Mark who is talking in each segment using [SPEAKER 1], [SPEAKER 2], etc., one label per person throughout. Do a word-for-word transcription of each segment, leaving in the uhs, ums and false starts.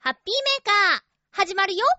[SPEAKER 1] ハッピーメーカー始まるよ。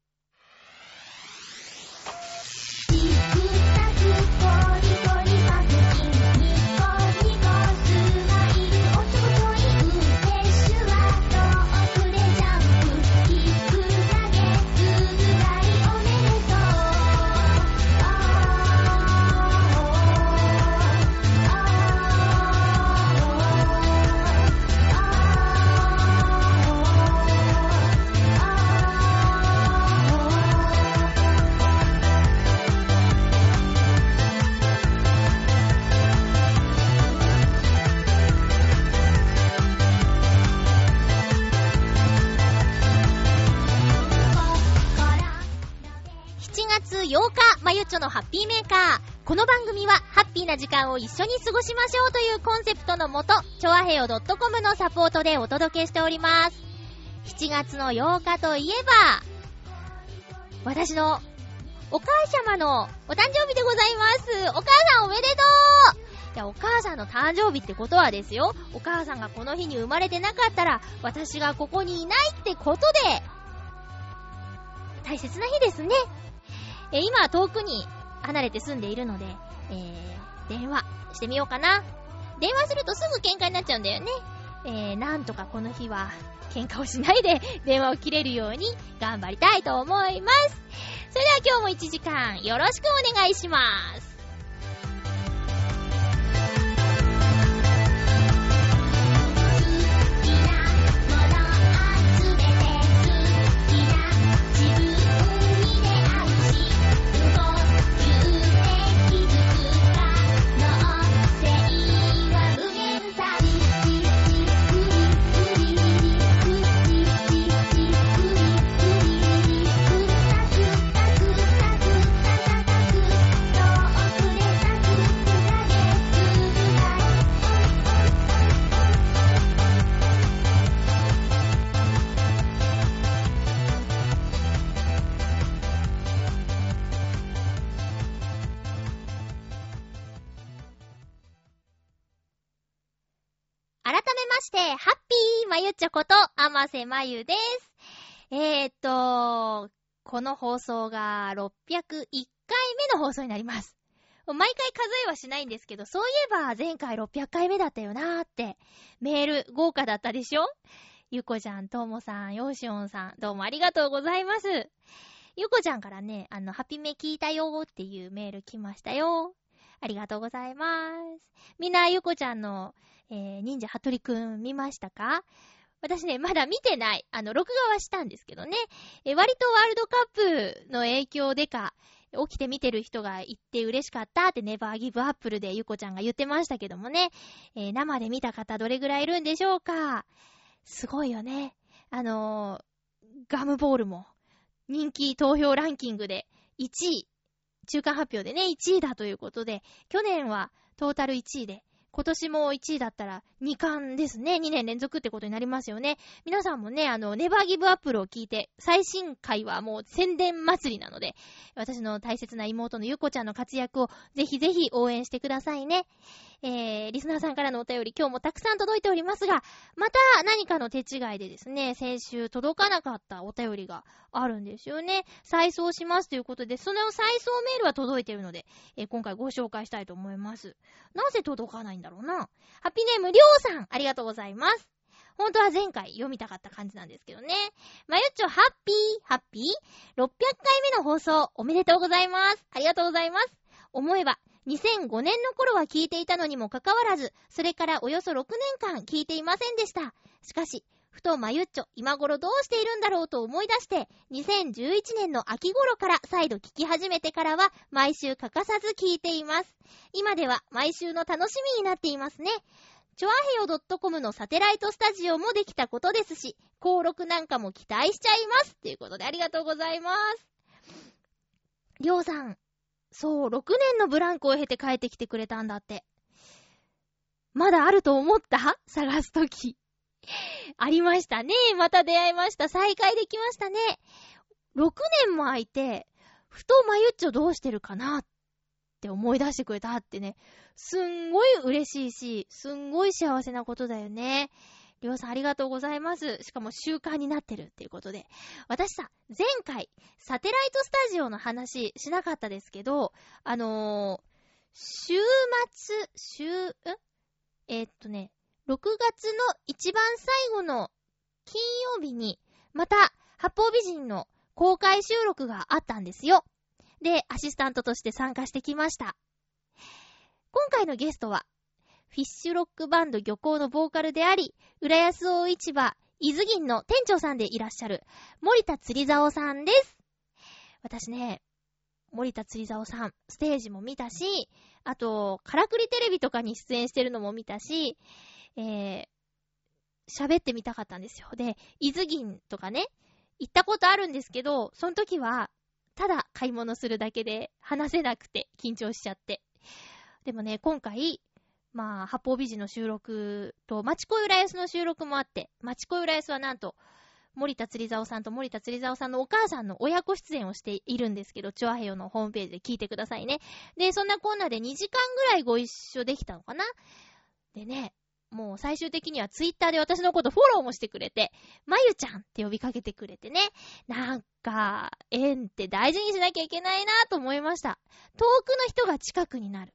[SPEAKER 1] しちがつようか、まゆっちょのハッピーメーカー。この番組はハッピーな時間を一緒に過ごしましょうというコンセプトのもと、チョアヘヨ .com のサポートでお届けしております。しちがつのようかといえば、私のお母様のお誕生日でございます。お母さんおめでとう。いや、お母さんの誕生日ってことはですよ、お母さんがこの日に生まれてなかったら私がここにいないってことで、大切な日ですね。えー、今は遠くに離れて住んでいるので、えー、電話してみようかな。電話するとすぐ喧嘩になっちゃうんだよね。えー、なんとかこの日は喧嘩をしないで電話を切れるように頑張りたいと思います。それでは今日もいちじかんよろしくお願いします。ハッピーまゆっちょこと甘瀬まゆです。えーっとこの放送がろっぴゃくいっかいめの放送になります。毎回数えはしないんですけど、そういえば前回ろっぴゃっかいめだったよなーって。メール豪華だったでしょ。ゆこちゃん、ともさん、よしおんさん、どうもありがとうございます。ゆこちゃんからね、あのハピメ聞いたよーっていうメール来ましたよ。ありがとうございます。みんなゆこちゃんのえー、忍者ハトリくん見ましたか？私ね、まだ見てない。あの、録画はしたんですけどね。えー、割とワールドカップの影響でか、起きて見てる人がいて嬉しかったってネバーギブアップルでゆこちゃんが言ってましたけどもね。えー、生で見た方どれぐらいいるんでしょうか？すごいよね。あのー、ガムボールも人気投票ランキングでいちい、中間発表でね、いちいだということで、去年はトータルいちいで、今年もいちいだったらにかんですね。にねん連続ってことになりますよね。皆さんもね、あの、ネバーギブアップルを聞いて、最新回はもう宣伝祭りなので、私の大切な妹のゆこちゃんの活躍をぜひぜひ応援してくださいね。えー、リスナーさんからのお便り今日もたくさん届いておりますが、また何かの手違いでですね、先週届かなかったお便りがあるんですよね。再送しますということで、その再送メールは届いているので、えー、今回ご紹介したいと思います。なぜ届かないんだろうな。ハッピーネームりょうさん、ありがとうございます。本当は前回読みたかった感じなんですけどね。まゆっちょハッピー、ハッピー ?ろっぴゃっかいめの放送おめでとうございます。ありがとうございます。思えば、にせんごねんの頃は聞いていたのにもかかわらず、それからおよそろくねんかん聞いていませんでした。しかし、ふとまゆっちょ、今頃どうしているんだろうと思い出して、にせんじゅういちねんの秋頃から再度聞き始めてからは、毎週欠かさず聞いています。今では毎週の楽しみになっていますね。チョアヘヨ .com のサテライトスタジオもできたことですし、登録なんかも期待しちゃいます。ということでありがとうございます。りょうさん、そう、ろくねんのブランクを経て帰ってきてくれたんだって。まだあると思った？探すとき。ありましたね。また出会いました。再会できましたね。ろくねんも空いて、ふとまゆっちょどうしてるかなって思い出してくれたってね。すんごい嬉しいし、すんごい幸せなことだよね。 りょうさんありがとうございます。しかも習慣になってるっていうことで。私さ、前回、サテライトスタジオの話しなかったですけど、あのー、週末、週、んえー、っとね、ろくがつの一番最後の金曜日に、また、八方美人の公開収録があったんですよ。で、アシスタントとして参加してきました。今回のゲストは、フィッシュロックバンド漁港のボーカルであり、浦安大市場伊豆銀の店長さんでいらっしゃる森田釣り竿さんです。私ね、森田釣り竿さん、ステージも見たし、あと、からくりテレビとかに出演してるのも見たし、えー、喋ってみたかったんですよ。で、伊豆銀とかね、行ったことあるんですけど、その時は、ただ買い物するだけで話せなくて緊張しちゃって。でもね、今回、まあ、八方美人の収録と、町子浦安の収録もあって、町子浦安はなんと、森田釣り竿さんと森田釣り竿さんのお母さんの親子出演をしているんですけど、チョアヘヨのホームページで聞いてくださいね。で、そんなコーナーでにじかんぐらいご一緒できたのかな。でね、もう最終的にはツイッターで私のことフォローもしてくれて、まゆちゃんって呼びかけてくれてね、なんか、縁って大事にしなきゃいけないなと思いました。遠くの人が近くになる。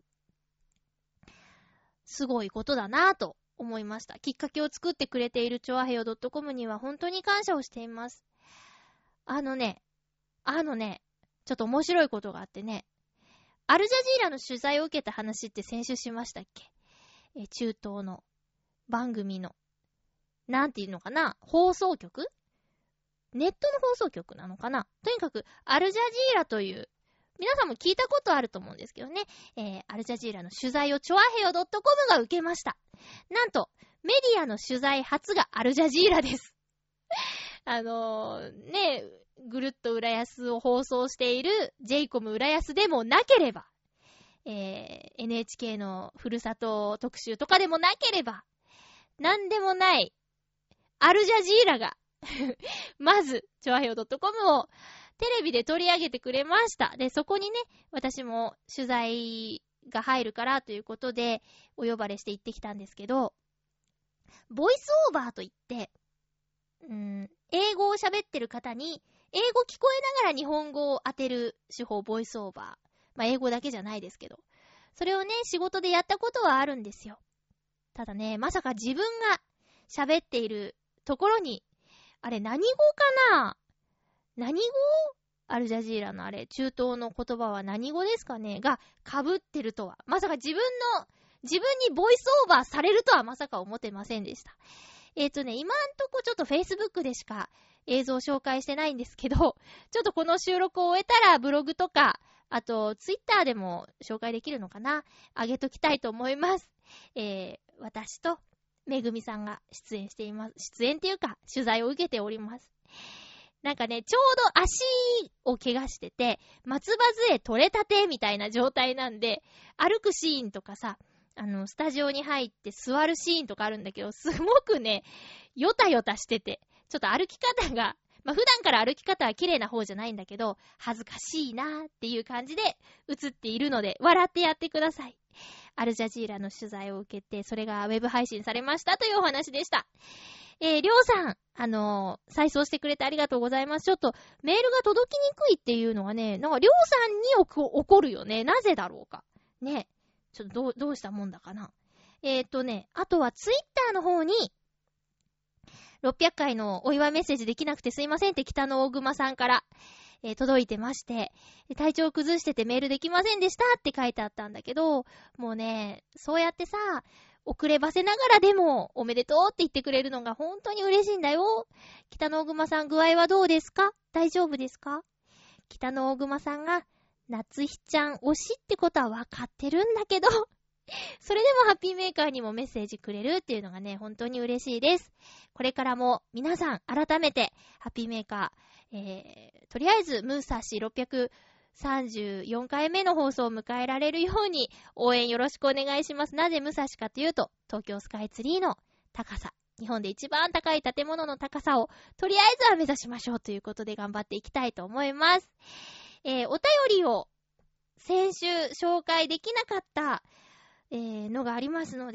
[SPEAKER 1] すごいことだなぁと思いました。きっかけを作ってくれているチョアヘヨ .com には本当に感謝をしています。あのね、あのね、ちょっと面白いことがあってね、アルジャジーラの取材を受けた話って先週しましたっけ？え、中東の番組の、なんていうのかな、放送局？ネットの放送局なのかな？とにかく、アルジャジーラという、皆さんも聞いたことあると思うんですけどね、えー、アルジャジーラの取材をチョアヘヨ .com が受けました。なんと、メディアの取材初がアルジャジーラです。あのー、ね、ぐるっと浦安を放送している ジェイコム 浦安でもなければ、えー、エヌエイチケー のふるさと特集とかでもなければ、なんでもない、アルジャジーラが、まず、チョアヘヨ .com をテレビで取り上げてくれました。で、そこにね、私も取材が入るからということで、お呼ばれして行ってきたんですけど、ボイスオーバーといって、うーん、英語を喋ってる方に、英語聞こえながら日本語を当てる手法、ボイスオーバー。まあ、英語だけじゃないですけど。それをね、仕事でやったことはあるんですよ。ただね、まさか自分が喋っているところに、あれ何語かな？何語？アルジャジーラのあれ、中東の言葉は何語ですかねが被ってるとは。まさか自分の、自分にボイスオーバーされるとはまさか思ってませんでした。えっとね、今んとこちょっと Facebook でしか映像紹介してないんですけど、ちょっとこの収録を終えたらブログとか、あと Twitter でも紹介できるのかな？上げときたいと思います。えー、私とめぐみさんが出演しています。出演っていうか、取材を受けております。なんかね、ちょうど足を怪我してて、松葉杖取れたてみたいな状態なんで、歩くシーンとかさ、あの、スタジオに入って座るシーンとかあるんだけど、すごくね、ヨタヨタしてて、ちょっと歩き方が、まあ、普段から歩き方は綺麗な方じゃないんだけど、恥ずかしいなーっていう感じで映っているので、笑ってやってください。アルジャジーラの取材を受けて、それがウェブ配信されましたというお話でした。えー、りょうさん、あのー、再送してくれてありがとうございます。ちょっと、メールが届きにくいっていうのがね、なんかりょうさんに起こるよね。なぜだろうか。ね。ちょっとどう、どうしたもんだかな。えーっとね、あとはツイッターの方に、ろっぴゃっかいのお祝いメッセージできなくてすいませんって北の大熊さんから、えー、届いてまして、体調崩しててメールできませんでしたって書いてあったんだけど、もうね、そうやってさ、遅ればせながらでもおめでとうって言ってくれるのが本当に嬉しいんだよ。北の大熊さん具合はどうですか？大丈夫ですか？北の大熊さんが夏日ちゃん推しってことは分かってるんだけどそれでもハッピーメーカーにもメッセージくれるっていうのがね、本当に嬉しいです。これからも皆さん改めてハッピーメーカー、えー、とりあえずムーサシろっぴゃくさんじゅうよんかいめの放送を迎えられるように応援よろしくお願いします。なぜムサシかというと、東京スカイツリーの高さ、日本で一番高い建物の高さをとりあえずは目指しましょうということで頑張っていきたいと思います。えー、お便りを先週紹介できなかった、えー、のがありますので、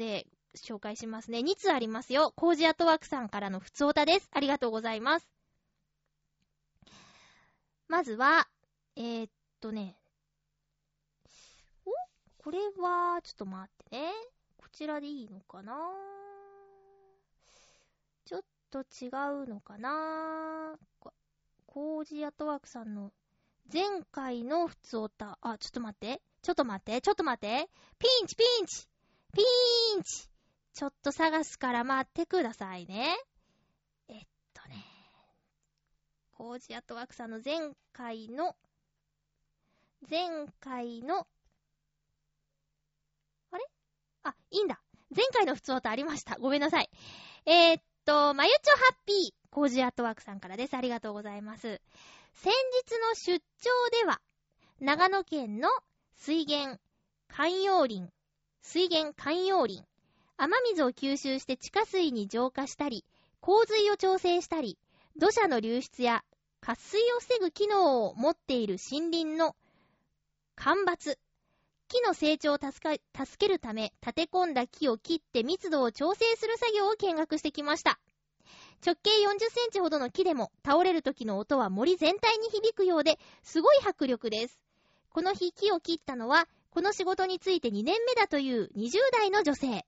[SPEAKER 1] 紹介しますね。につありますよ。コージアットワークさんからのふつおたです。ありがとうございます。まずは、えー、っとね、おこれは、ちょっと待ってね。こちらでいいのかな？ちょっと違うのかな？コージアットワークさんの前回のふつおた。あ、ちょっと待って。ちょっと待って。ちょっと待って。ピンチピンチピーンチちょっと探すから待ってくださいね。えっとね。コージアットワークさんの前回の、前回の、あれ？あ、いいんだ。前回のふつおたありました。ごめんなさい。えー、っと、まゆちょハッピー、コージアットワークさんからです。ありがとうございます。先日の出張では、長野県の水源、海洋林、水源海洋林、雨水を吸収して地下水に浄化したり、洪水を調整したり、土砂の流出や渇水を防ぐ機能を持っている森林の間伐、木の成長を助か、助けるため立て込んだ木を切って密度を調整する作業を見学してきました。直径よんじゅっセンチほどの木でも倒れる時の音は森全体に響くようですごい迫力です。この日木を切ったのはこの仕事についてにねんめだというにじゅう代の女性。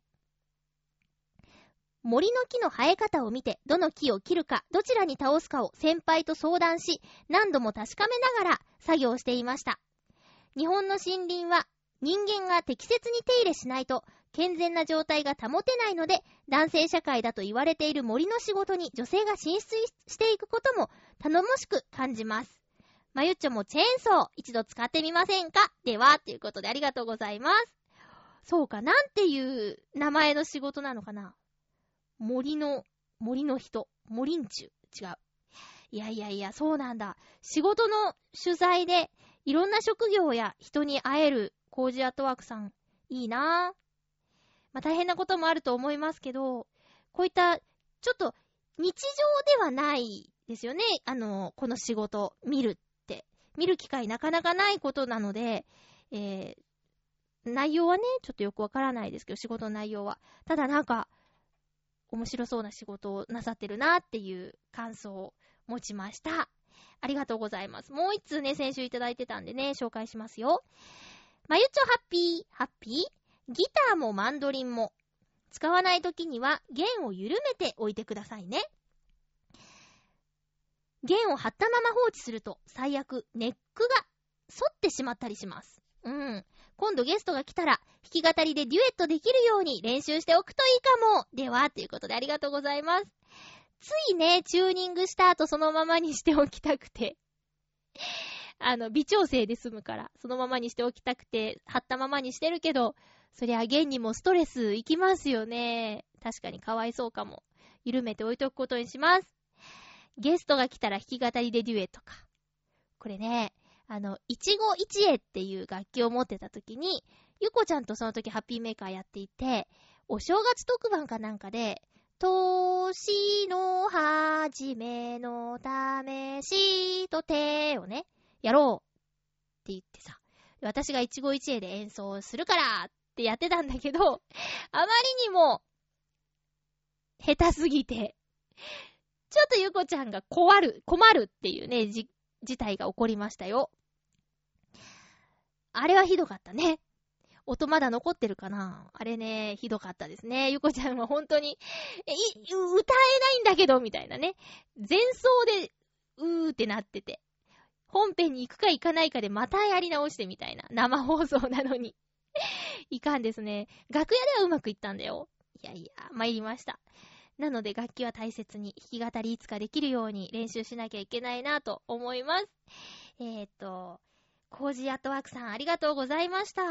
[SPEAKER 1] 森の木の生え方を見てどの木を切るかどちらに倒すかを先輩と相談し何度も確かめながら作業していました。日本の森林は人間が適切に手入れしないと健全な状態が保てないので、男性社会だと言われている森の仕事に女性が進出していくことも頼もしく感じます。まゆっちょもチェーンソー一度使ってみませんか？では、ということでありがとうございます。そうか、なんていう名前の仕事なのかな？森の、森の人、森んちゅう。違う。いやいやいや、そうなんだ。仕事の取材でいろんな職業や人に会えるコージアットワークさん、いいなぁ。まあ大変なこともあると思いますけど、こういったちょっと日常ではないですよね。あのこの仕事見るって見る機会なかなかないことなので、えー、内容はねちょっとよくわからないですけど、仕事の内容はただなんか面白そうな仕事をなさってるなっていう感想を持ちました。ありがとうございます。もう一通ね先週いただいてたんでね紹介しますよ。まゆちょハッピーハッピーギターもマンドリンも使わないときには弦を緩めておいてくださいね。弦を張ったまま放置すると最悪ネックが反ってしまったりします。うん。今度ゲストが来たら弾き語りでデュエットできるように練習しておくといいかも。ではということでありがとうございます。ついねチューニングした後そのままにしておきたくてあの微調整で済むからそのままにしておきたくて張ったままにしてるけど、そりゃ弦にもストレスいきますよね。確かにかわいそうかも。緩めて置いとくことにします。ゲストが来たら弾き語りでデュエットか。これね、あの一期一会っていう楽器を持ってた時にゆこちゃんとその時ハッピーメーカーやっていて、お正月特番かなんかで年の初めの試しと手をねやろうって言ってさ、私が一期一会で演奏するからってやってたんだけど、あまりにも下手すぎてちょっとゆこちゃんが困る困るっていうねじ事態が起こりましたよ。あれはひどかったね。音まだ残ってるかな？あれねひどかったですね。ゆこちゃんは本当にえい歌えないんだけどみたいなね、前奏でうーってなってて、本編に行くか行かないかでまたやり直してみたいな生放送なのにいかんですね。楽屋ではうまくいったんだよ。いやいや参りました。なので楽器は大切に弾き語りいつかできるように練習しなきゃいけないなと思います。えーっとコージーアットワークさんありがとうございました。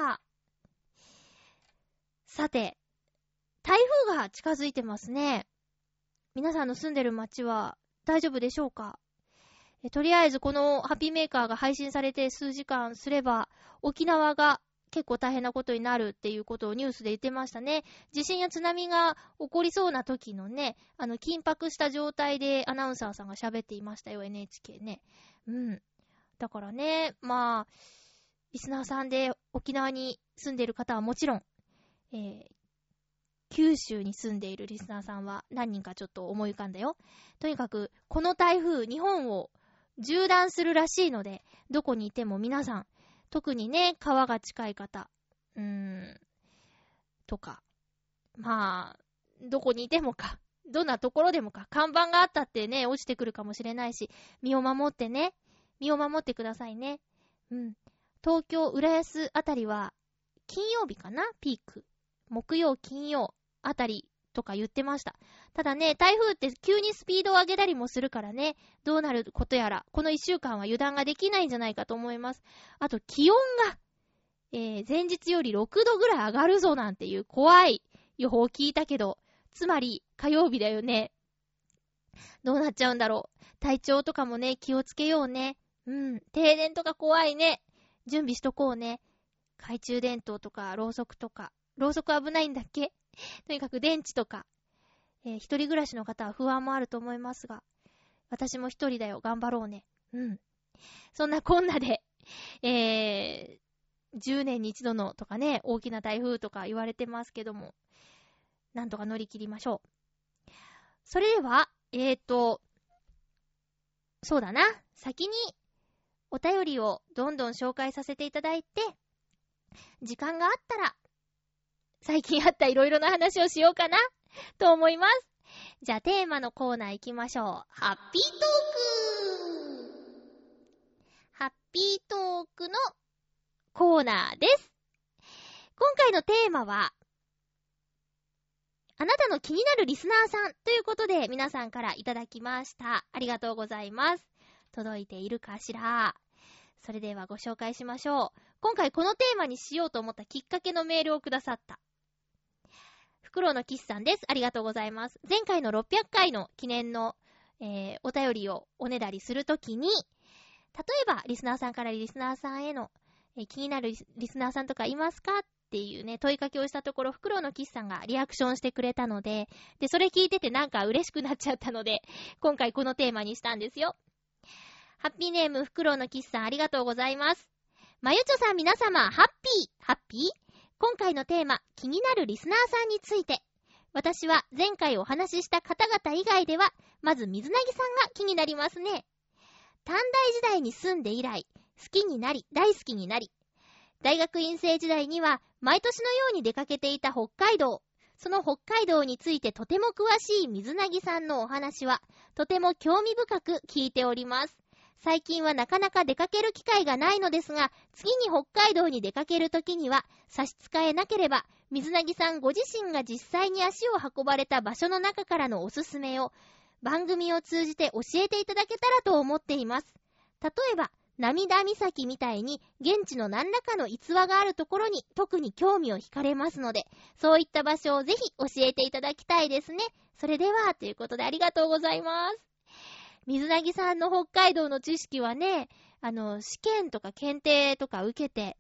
[SPEAKER 1] さて台風が近づいてますね。皆さんの住んでる町は大丈夫でしょうか？えとりあえずこのハッピーメーカーが配信されて数時間すれば沖縄が結構大変なことになるっていうことをニュースで言ってましたね。地震や津波が起こりそうな時のね、あの緊迫した状態でアナウンサーさんが喋っていましたよ、エヌエイチケー ね。うん。だからね、まあリスナーさんで沖縄に住んでいる方はもちろん、えー、 九州に住んでいるリスナーさんは何人かちょっと思い浮かんだよ。とにかくこの台風日本を縦断するらしいので、どこにいても皆さん、特にね川が近い方うーんとか、まあどこにいてもか、どんなところでもか、看板があったってね落ちてくるかもしれないし、身を守ってね、身を守ってくださいね。うん。東京浦安あたりは金曜日かな、ピーク。木曜金曜あたりとか言ってました。ただね、台風って急にスピードを上げたりもするからね、どうなることやら、この一週間は油断ができないんじゃないかと思います。あと気温が、えー、前日よりろくどぐらい上がるぞなんていう怖い予報を聞いたけど、つまり火曜日だよね。どうなっちゃうんだろう。体調とかもね、気をつけようね。うん、停電とか怖いね。準備しとこうね。懐中電灯とかろうそくとか、ろうそく危ないんだっけ？とにかく電池とか、えー、一人暮らしの方は不安もあると思いますが、私も一人だよ、頑張ろうね。うん。そんなこんなで、えー、じゅうねんに一度のとかね、大きな台風とか言われてますけども、なんとか乗り切りましょう。それでは、えーと、そうだな、先にお便りをどんどん紹介させていただいて、時間があったら、最近あったいろいろな話をしようかな、と思います。じゃあテーマのコーナー行きましょう。ハッピートークハッピートークのコーナーです。今回のテーマは、あなたの気になるリスナーさんということで皆さんからいただきました。ありがとうございます。届いているかしら。それではご紹介しましょう。今回このテーマにしようと思ったきっかけのメールをくださったフクロウのキスさんです。ありがとうございます。前回のろっぴゃっかいの記念の、えー、お便りをおねだりするときに、例えばリスナーさんからリスナーさんへの、えー、気になるリスナーさんとかいますかっていうね問いかけをしたところ、フクロウのキスさんがリアクションしてくれたので、でそれ聞いててなんか嬉しくなっちゃったので、今回このテーマにしたんですよ。ハッピーネームフクロウのキスさん、ありがとうございます。まゆちょさん、皆様ハッピーハッピー。今回のテーマ、気になるリスナーさんについて、私は前回お話しした方々以外ではまず水なぎさんが気になりますね。短大時代に住んで以来、好きになり大好きになり、大学院生時代には毎年のように出かけていた北海道。その北海道についてとても詳しい水なぎさんのお話はとても興味深く聞いております。最近はなかなか出かける機会がないのですが、次に北海道に出かけるときには差し支えなければ水なぎさんご自身が実際に足を運ばれた場所の中からのおすすめを番組を通じて教えていただけたらと思っています。例えば涙岬みたいに現地の何らかの逸話があるところに特に興味を惹かれますので、そういった場所をぜひ教えていただきたいですね。それではということで、ありがとうございます。水なぎさんの北海道の知識はね、あの試験とか検定とか受けて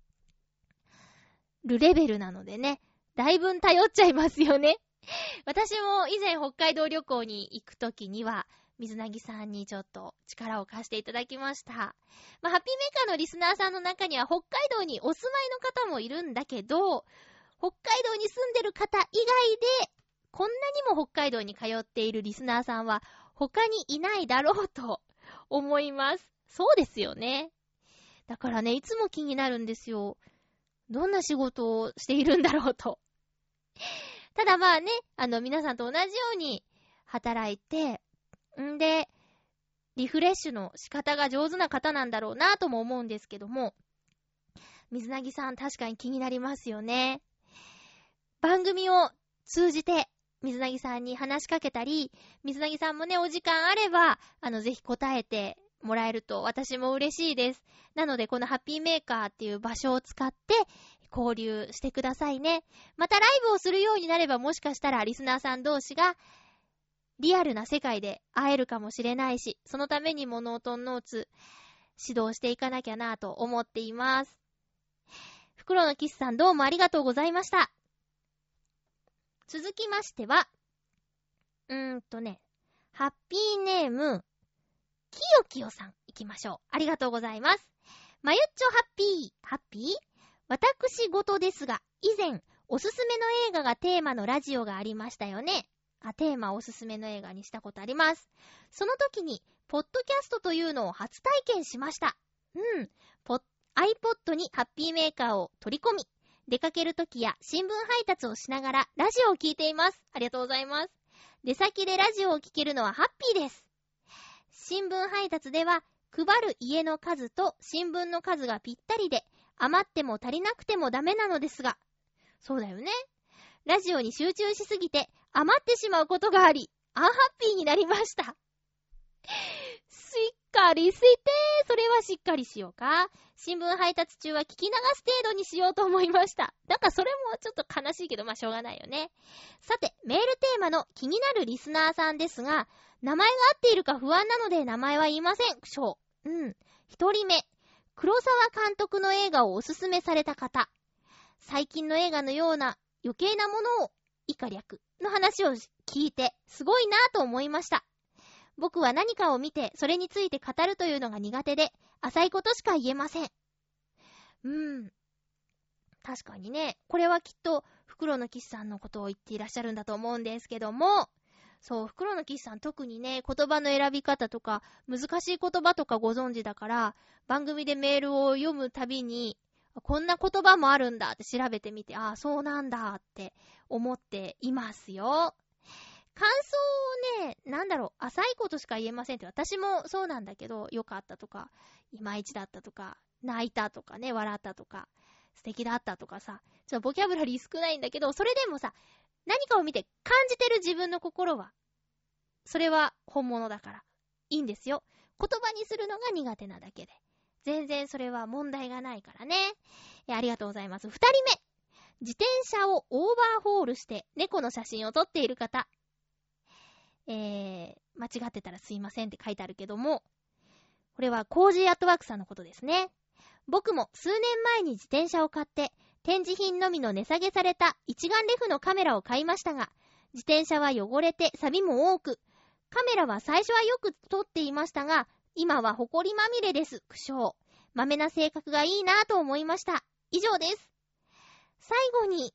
[SPEAKER 1] るレベルなのでね、だいぶ頼っちゃいますよね。私も以前北海道旅行に行くときには水なぎさんにちょっと力を貸していただきました。まあ、ハッピーメーカーのリスナーさんの中には北海道にお住まいの方もいるんだけど、北海道に住んでる方以外でこんなにも北海道に通っているリスナーさんは他にいないだろうと思います。そうですよね。だからね、いつも気になるんですよ。どんな仕事をしているんだろうと。ただまあね、あの皆さんと同じように働いて、んでリフレッシュの仕方が上手な方なんだろうなとも思うんですけども、水なぎさん確かに気になりますよね。番組を通じて水なぎさんに話しかけたり、水なぎさんもねお時間あればあのぜひ答えてもらえると私も嬉しいです。なのでこのハッピーメーカーっていう場所を使って交流してくださいね。またライブをするようになれば、もしかしたらリスナーさん同士がリアルな世界で会えるかもしれないし、そのためにもノートンノーツ指導していかなきゃなと思っています。フクロウのキスさん、どうもありがとうございました。続きましては、うーんとね、ハッピーネームきよきよさん行きましょう。ありがとうございます。まゆっちょハッピーハッピー。私事ですが、以前おすすめの映画がテーマのラジオがありましたよね。あ、テーマおすすめの映画にしたことあります。その時に、ポッドキャストというのを初体験しました。うん。ポッ iPod にハッピーメーカーを取り込み、出かける時や新聞配達をしながらラジオを聞いています。ありがとうございます。出先でラジオを聞けるのはハッピーです。新聞配達では、配る家の数と新聞の数がぴったりで、余っても足りなくてもダメなのですが、そうだよね。ラジオに集中しすぎて余ってしまうことがあり、アンハッピーになりました。しっかりして、それはしっかりしようか。新聞配達中は聞き流す程度にしようと思いました。なんかそれもちょっと悲しいけど、まあしょうがないよね。さて、メールテーマの気になるリスナーさんですが、名前が合っているか不安なので名前は言いません。そう。うん。一人目。黒沢監督の映画をおすすめされた方。最近の映画のような余計なものを以下略の話を聞いてすごいなぁと思いました。僕は何かを見てそれについて語るというのが苦手で浅いことしか言えません。うーん。確かにね、これはきっとフクロウのキスさんのことを言っていらっしゃるんだと思うんですけども、そう、フクロウのキスさん特にね、言葉の選び方とか難しい言葉とかご存知だから、番組でメールを読むたびにこんな言葉もあるんだって調べてみて、ああそうなんだって思っていますよ。感想をね、なんだろう、浅いことしか言えませんって、私もそうなんだけど、良かったとか、いまいちだったとか、泣いたとかね、笑ったとか、素敵だったとかさ、ちょっとボキャブラリー少ないんだけど、それでもさ、何かを見て感じてる自分の心は、それは本物だから、いいんですよ。言葉にするのが苦手なだけで。全然それは問題がないからね。ありがとうございます。二人目。自転車をオーバーホールして猫の写真を撮っている方。えー、間違ってたらすいませんって書いてあるけども、これはコージーアットワークさんのことですね。僕も数年前に自転車を買って展示品のみの値下げされた一眼レフのカメラを買いましたが、自転車は汚れて錆も多く、カメラは最初はよく撮っていましたが、今はホコリまみれです。苦笑。豆な性格がいいなぁと思いました。以上です。最後に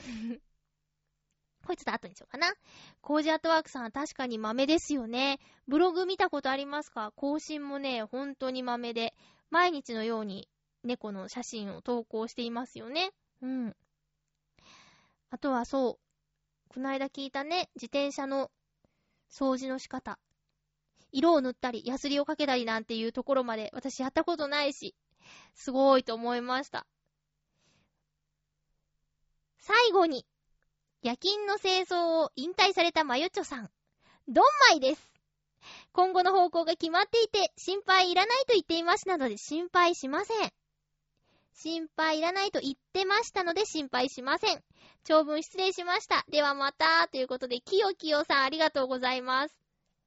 [SPEAKER 1] こいつと後にしようかな。コージアットワークさんは確かに豆ですよね。ブログ見たことありますか？更新もね、本当に豆で、毎日のように猫の写真を投稿していますよね。うん。あとはそう、この間聞いたね、自転車の掃除の仕方。色を塗ったり、ヤスリをかけたりなんていうところまで私やったことないし、すごいと思いました。最後に、夜勤の清掃を引退されたまゆちょさん。ドンマイです。今後の方向が決まっていて、心配いらないと言っていましたので心配しません。心配いらないと言ってましたので心配しません。長文失礼しました。ではまた、ということで、きよきよさんありがとうございます。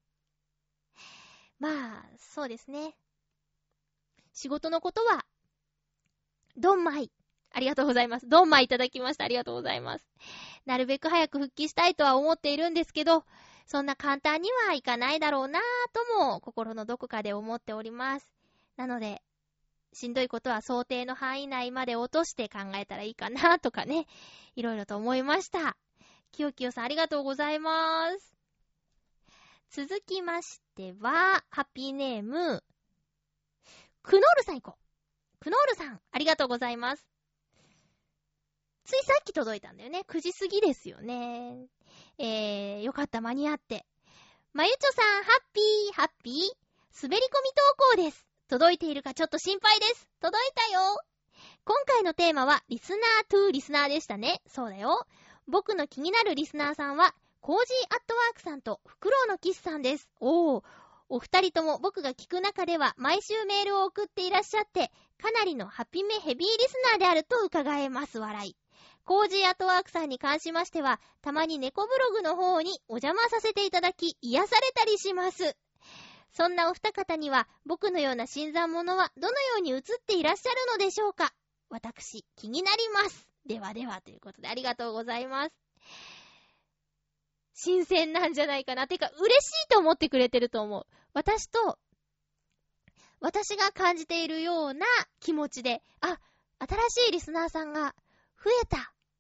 [SPEAKER 1] まあ、そうですね。仕事のことは、ドンマイ。ありがとうございます。ドンマイいただきました。ありがとうございます。なるべく早く復帰したいとは思っているんですけど、そんな簡単にはいかないだろうなぁとも心のどこかで思っております。なので、しんどいことは想定の範囲内まで落として考えたらいいかなとかね、いろいろと思いました。きよきよさんありがとうございます。続きましては、ハッピーネーム、クノールさん行こう。クノールさん、ありがとうございます。ついさっき届いたんだよね。くじ過ぎですよね。えー、よかった、間に合って。まゆちょさん、ハッピー、ハッピー、滑り込み投稿です。届いているかちょっと心配です。届いたよ。今回のテーマは、リスナートゥーリスナーでしたね。そうだよ。僕の気になるリスナーさんは、コージーアットワークさんとフクロウのキスさんです。おー。お二人とも僕が聞く中では毎週メールを送っていらっしゃって、かなりのハピメヘビーリスナーであると伺えます。笑い。コージーアットワークさんに関しましては、たまに猫ブログの方にお邪魔させていただき、癒されたりします。そんなお二方には、僕のような新参者はどのように映っていらっしゃるのでしょうか。私、気になります。ではではということでありがとうございます。新鮮なんじゃないかな。てか、嬉しいと思ってくれてると思う。私と、私が感じているような気持ちで、あ、新しいリスナーさんが増えた。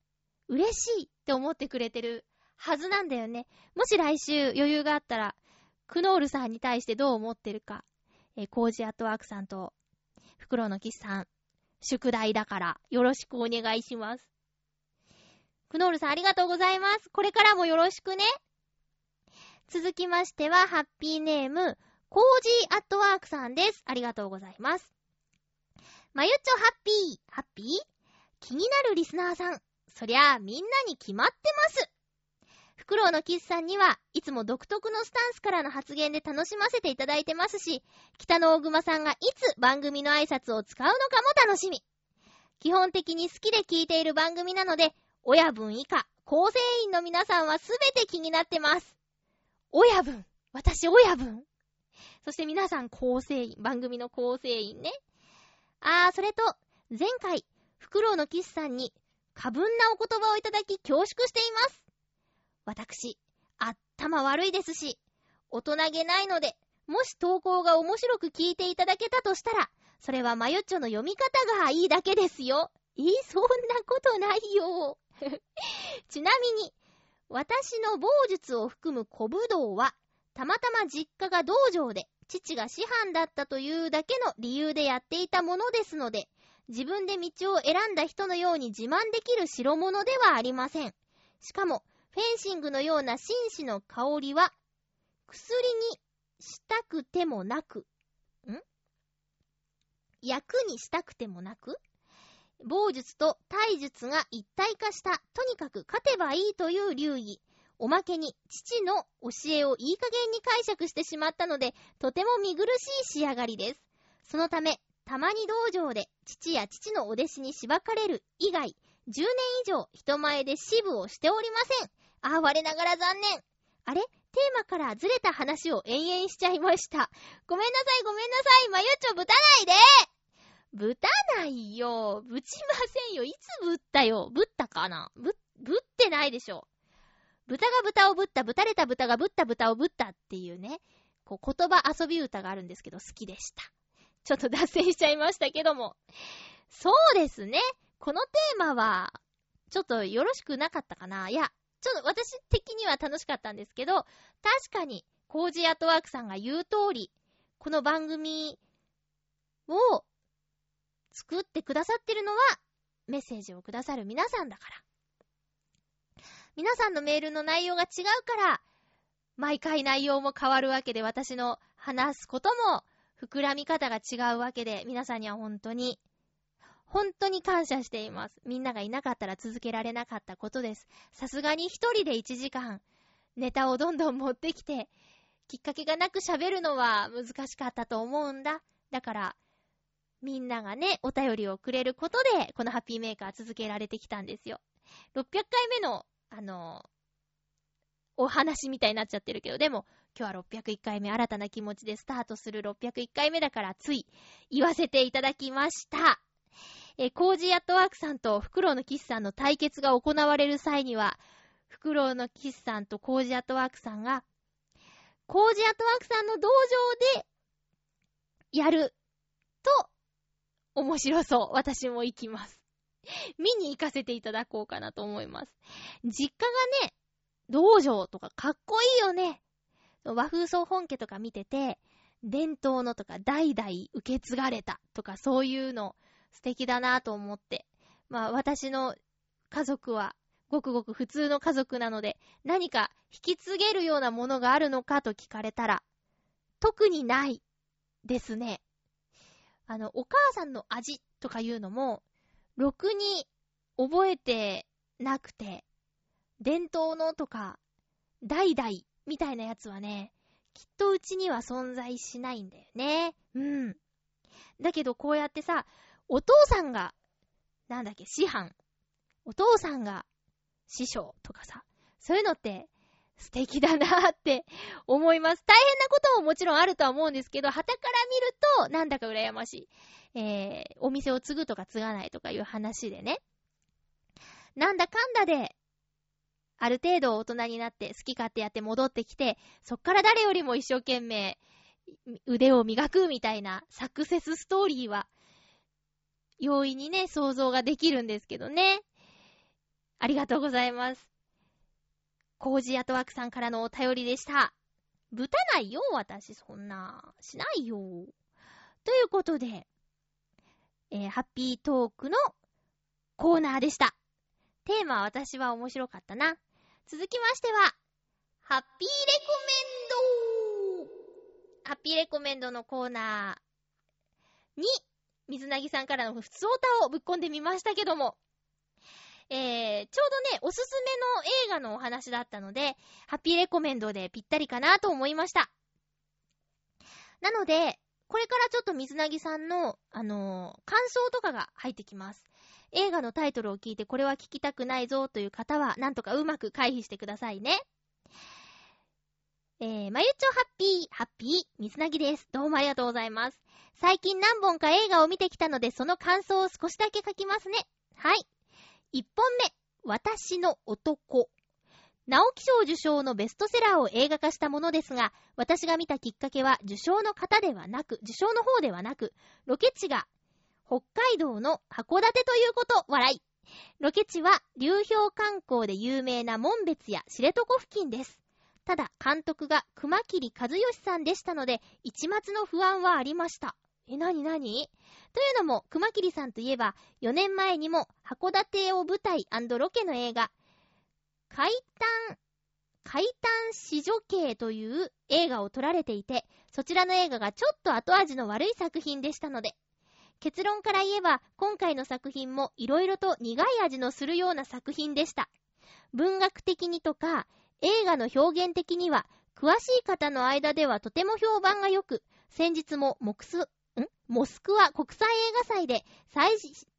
[SPEAKER 1] 嬉しいって思ってくれてるはずなんだよね。もし来週余裕があったら、クノールさんに対してどう思ってるか、えー、コージアットワークさんとフクロウのキスさん、宿題だからよろしくお願いします。クノールさんありがとうございます。これからもよろしくね。続きましてはハッピーネームコージーアットワークさんです。ありがとうございます。まゆっちょハッピーハッピー気になるリスナーさん、そりゃあみんなに決まってます。フクロウのキスさんにはいつも独特のスタンスからの発言で楽しませていただいてますし、北の大熊さんがいつ番組の挨拶を使うのかも楽しみ。基本的に好きで聞いている番組なので、親分以下構成員の皆さんはすべて気になってます。親分、私親分。そして皆さん構成員、番組の構成員ね。あー、それと前回フクロウのキスさんに過分なお言葉をいただき恐縮しています。私、頭悪いですし、大人げないので、もし投稿が面白く聞いていただけたとしたら、それはマヨッチョの読み方がいいだけですよ。えー、そんなことないよ。ちなみに、私の棒術を含む小武道は、たまたま実家が道場で、父が師範だったというだけの理由でやっていたものですので、自分で道を選んだ人のように自慢できる代物ではありません。しかも、フェンシングのような紳士の香りは、薬にしたくてもなく、ん?役にしたくてもなく、棒術と体術が一体化した、とにかく勝てばいいという流儀。おまけに、父の教えをいい加減に解釈してしまったので、とても見苦しい仕上がりです。そのため、たまに道場で父や父のお弟子にしばかれる以外、じゅうねん以上人前で支部をしておりません。ああ、我ながら残念。あれ?テーマからずれた話を延々しちゃいました。ごめんなさい、ごめんなさい。まゆっちょぶたないで。ぶたないよ。ぶちませんよ。いつぶったよ。ぶったかな?ぶ、ぶってないでしょ。豚が豚をぶった、ぶたれた豚がぶった豚をぶったっていうね、こう言葉遊び歌があるんですけど好きでした。ちょっと脱線しちゃいましたけども。そうですね。このテーマは、ちょっとよろしくなかったかな。いや、ちょっと私的には楽しかったんですけど、確かに、コージーアットワークさんが言う通り、この番組を作ってくださってるのは、メッセージをくださる皆さんだから。皆さんのメールの内容が違うから、毎回内容も変わるわけで、私の話すことも膨らみ方が違うわけで、皆さんには本当に、本当に感謝しています。みんながいなかったら続けられなかったことです。さすがに一人でいちじかん、ネタをどんどん持ってきて、きっかけがなく喋るのは難しかったと思うんだ。だから、みんながね、お便りをくれることで、このハッピーメーカー続けられてきたんですよ。ろっぴゃっかいめのあの、お話みたいになっちゃってるけど、でも、今日はろっぴゃくいっかいめ、新たな気持ちでスタートするろっぴゃくいっかいめだから、つい言わせていただきました。え、コージーアットワークさんとフクロウのキスさんの対決が行われる際には、フクロウのキスさんとコージーアットワークさんが、コージーアットワークさんの道場で、やる、と、面白そう。私も行きます。見に行かせていただこうかなと思います。実家がね、道場とかかっこいいよね。和風総本家とか見てて、伝統のとか代々受け継がれたとかそういうの素敵だなと思って。まあ私の家族はごくごく普通の家族なので、何か引き継げるようなものがあるのかと聞かれたら、特にないですね。あの、お母さんの味とかいうのも、ろくに覚えてなくて、伝統のとか、代々みたいなやつはね、きっとうちには存在しないんだよね。うん。だけどこうやってさ、お父さんが、なんだっけ、師範。お父さんが師匠とかさ、そういうのって素敵だなって思います。大変なことももちろんあるとは思うんですけど、傍から見るとなんだか羨ましい。えー、お店を継ぐとか継がないとかいう話でね。なんだかんだで、ある程度大人になって好き勝手やって戻ってきて、そっから誰よりも一生懸命腕を磨くみたいなサクセスストーリーは容易にね、想像ができるんですけどね。 ありがとうございます。コージーアトワークさんからのお便りでした。ぶたないよ、私。そんな。しないよ。ということで、えー、ハッピートークのコーナーでした。テーマは私は面白かったな。続きましては、ハッピーレコメンドハッピーレコメンドのコーナーに、水なぎさんからのふつおたをぶっこんでみましたけども、えー、ちょうどね、おすすめの映画のお話だったので、ハッピーレコメンドでぴったりかなと思いました。なので、これからちょっと水なぎさんの、あのー、感想とかが入ってきます。映画のタイトルを聞いてこれは聞きたくないぞという方は、なんとかうまく回避してくださいね。えー、まゆちょハッピー、ハッピー、水なぎです。どうもありがとうございます。最近何本か映画を見てきたので、その感想を少しだけ書きますね。はい。いっぽんめ、私の男。直木賞受賞のベストセラーを映画化したものですが、私が見たきっかけは受賞の方ではなく、受賞の方ではなく、ロケ地が北海道の函館ということ、笑い。ロケ地は流氷観光で有名な紋別や知床付近です。ただ、監督が熊切和義さんでしたので、一抹の不安はありました。え、なになに？というのも、熊切さんといえば、よねんまえにも函館を舞台&ロケの映画、海胆、海胆子女系という映画を撮られていて、そちらの映画がちょっと後味の悪い作品でしたので、結論から言えば、今回の作品もいろいろと苦い味のするような作品でした。文学的にとか、映画の表現的には、詳しい方の間ではとても評判が良く、先日もモクス、んモスクワ国際映画祭で最、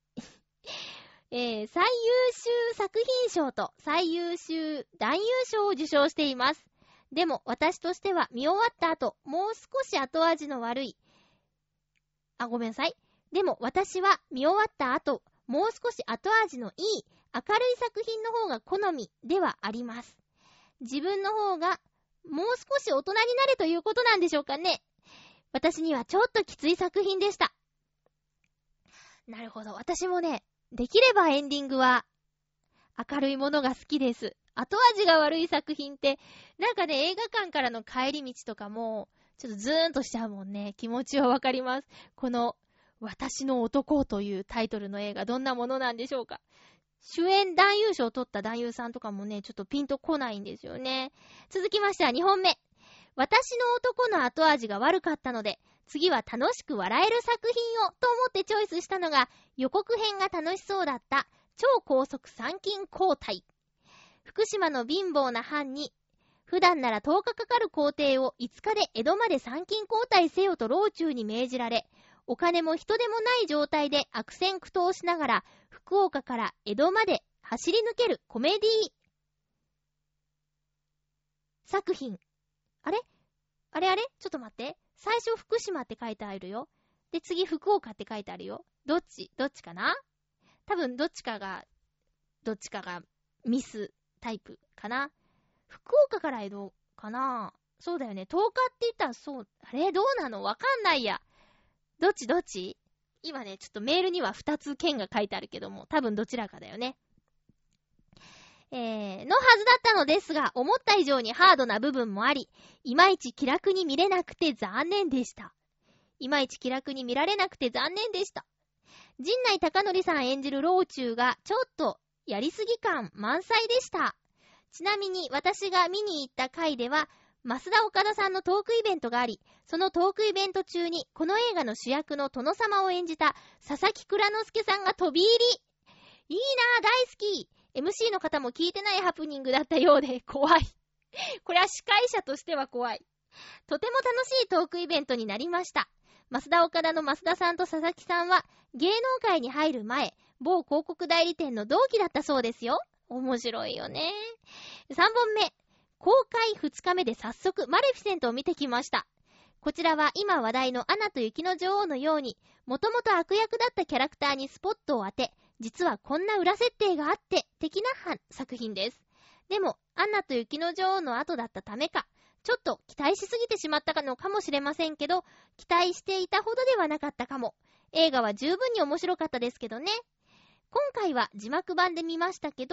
[SPEAKER 1] えー、最優秀作品賞と最優秀男優賞を受賞しています。でも私としては見終わった後、もう少し後味の悪い。あ、ごめんなさい。でも私は見終わった後、もう少し後味のいい明るい作品の方が好みではあります。自分の方がもう少し大人になれということなんでしょうかね。私にはちょっときつい作品でした。なるほど。私もね、できればエンディングは明るいものが好きです。後味が悪い作品って、なんかね、映画館からの帰り道とかも、ちょっとズーンとしちゃうもんね。気持ちはわかります。この、私の男というタイトルの映画、どんなものなんでしょうか。主演男優賞を取った男優さんとかもね、ちょっとピンとこないんですよね。続きましてはにほんめ。私の男の後味が悪かったので、次は楽しく笑える作品をと思ってチョイスしたのが、予告編が楽しそうだった超高速参勤交代。福島の貧乏な藩に、普段ならとおかかかる工程をいつかで江戸まで参勤交代せよと老中に命じられ、お金も人でもない状態で悪戦苦闘しながら、福岡から江戸まで走り抜けるコメディ作品。あれあれあれちょっと待って。最初福島って書いてあるよ。で、次福岡って書いてあるよ。どっちどっちかな？多分どっちかが、どっちかがミスタイプかな。福岡から江戸かな。そうだよね。とおかって言ったらそう。あれどうなのわかんないや。どっちどっち？今ね、ちょっとメールにはふたつ県が書いてあるけども、多分どちらかだよね。えー、のはずだったのですが、思った以上にハードな部分もあり、いまいち気楽に見れなくて残念でした。いまいち気楽に見られなくて残念でした。陣内孝則さん演じる老中がちょっとやりすぎ感満載でした。ちなみに私が見に行った回では、増田岡田さんのトークイベントがあり、そのトークイベント中にこの映画の主役の殿様を演じた佐々木蔵之介さんが飛び入り。いいなぁ、大好き。エムシー の方も聞いてないハプニングだったようで怖い。これは司会者としては怖い。とても楽しいトークイベントになりました。増田岡田の増田さんと佐々木さんは芸能界に入る前、某広告代理店の同期だったそうですよ。面白いよね。さんぼんめ。公開ふつかめで早速マレフィセントを見てきました。こちらは今話題のアナと雪の女王のように、もともと悪役だったキャラクターにスポットを当て、実はこんな裏設定があって的な作品です。でもアンナと雪の女王の後だったためか、ちょっと期待しすぎてしまったのかもしれませんけど、期待していたほどではなかったかも。映画は十分に面白かったですけどね。今回は字幕版で見ましたけど、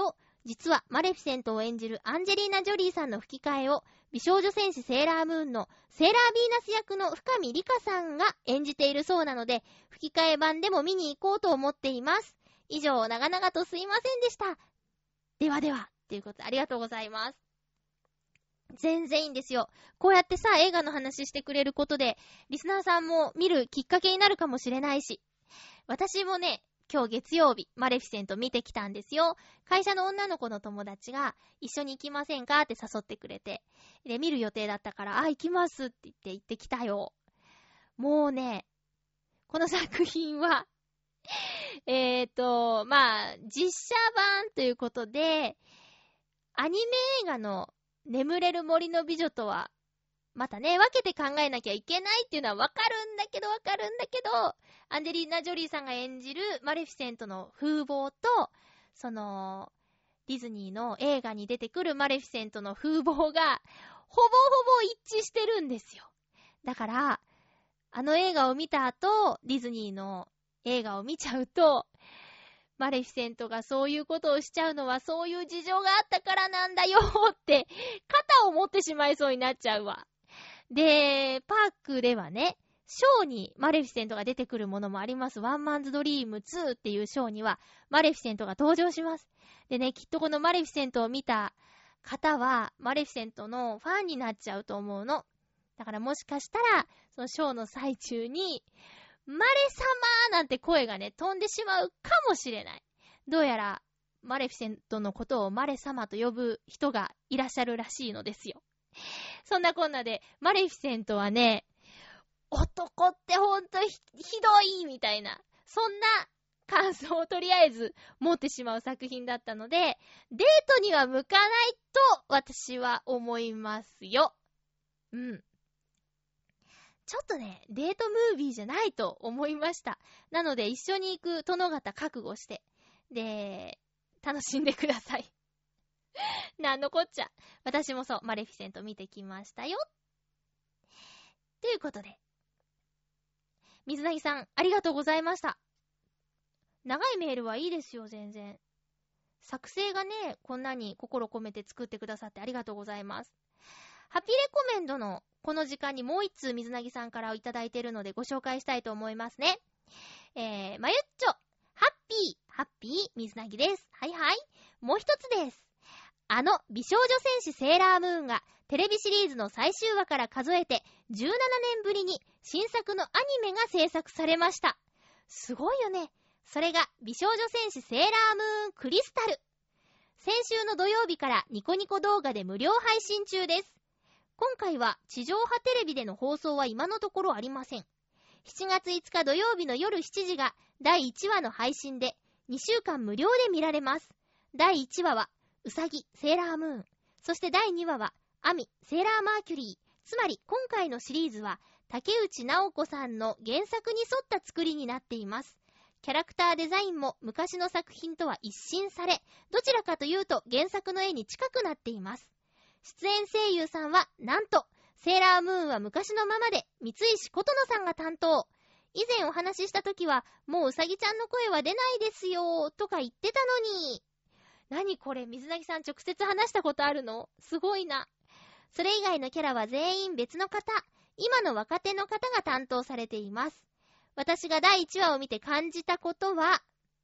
[SPEAKER 1] 実はマレフィセントを演じるアンジェリーナ・ジョリーさんの吹き替えを美少女戦士セーラームーンのセーラービーナス役の深見梨花さんが演じているそうなので、吹き替え版でも見に行こうと思っています。以上、長々とすいませんでした。ではでは、ということでありがとうございます。全然いいんですよ。こうやってさ、映画の話してくれることで、リスナーさんも見るきっかけになるかもしれないし、私もね、今日月曜日、マレフィセント見てきたんですよ。会社の女の子の友達が、一緒に行きませんかって誘ってくれて、で、見る予定だったから、あ、行きますって言って行ってきたよ。もうね、この作品は、えーと、まあ、実写版ということで、アニメ映画の眠れる森の美女とは、またね、分けて考えなきゃいけないっていうのはわかるんだけどわかるんだけど、アンジェリーナ・ジョリーさんが演じるマレフィセントの風貌と、その、ディズニーの映画に出てくるマレフィセントの風貌が、ほぼほぼ一致してるんですよ。だから、あの映画を見た後、ディズニーの映画を見ちゃうと、マレフィセントがそういうことをしちゃうのはそういう事情があったからなんだよって、肩を持ってしまいそうになっちゃうわ。で、パークではね、ショーにマレフィセントが出てくるものもあります。ワンマンズドリームツーっていうショーにはマレフィセントが登場します。でね、きっとこのマレフィセントを見た方はマレフィセントのファンになっちゃうと思うの。だからもしかしたら、そのショーの最中に、マレ様なんて声がね、飛んでしまうかもしれない。どうやら、マレフィセントのことをマレ様と呼ぶ人がいらっしゃるらしいのですよ。そんなこんなで、マレフィセントはね、男ってほんと ひ, ひどいみたいな、そんな感想をとりあえず持ってしまう作品だったので、デートには向かないと私は思いますよ。うん。ちょっとね、デートムービーじゃないと思いました。なので一緒に行く殿方覚悟して、で、楽しんでください。なんのこっちゃ。私もそう、マレフィセント見てきましたよ。ということで、水なぎさん、ありがとうございました。長いメールはいいですよ、全然。作成がね、こんなに心込めて作ってくださってありがとうございます。ハピレコメンドのこの時間にもう一通水なぎさんからいただいているのでご紹介したいと思いますね。えー、まゆっちょ、ハッピー、ハッピー、水なぎです。はいはい。もう一つです。あの美少女戦士セーラームーンがテレビシリーズの最終話から数えてじゅうななねんぶりに新作のアニメが制作されました。すごいよね。それが美少女戦士セーラームーンクリスタル。先週の土曜日からニコニコ動画で無料配信中です。今回は地上波テレビでの放送は今のところありません。しちがついつか土曜日の夜しちじがだいいちわの配信でにしゅうかん無料で見られます。だいいちわはうさぎ、セーラームーン。そしてだいにわはアミ、セーラーマーキュリー。つまり今回のシリーズは竹内直子さんの原作に沿った作りになっています。キャラクターデザインも昔の作品とは一新され、どちらかというと原作の絵に近くなっています。出演声優さんはなんとセーラームーンは昔のままで三石琴乃さんが担当。以前お話しした時はもううさぎちゃんの声は出ないですよとか言ってたのに。何これ、水なぎさん直接話したことあるの？すごいな。それ以外のキャラは全員別の方、今の若手の方が担当されています。私がだいいちわを見て感じたことは、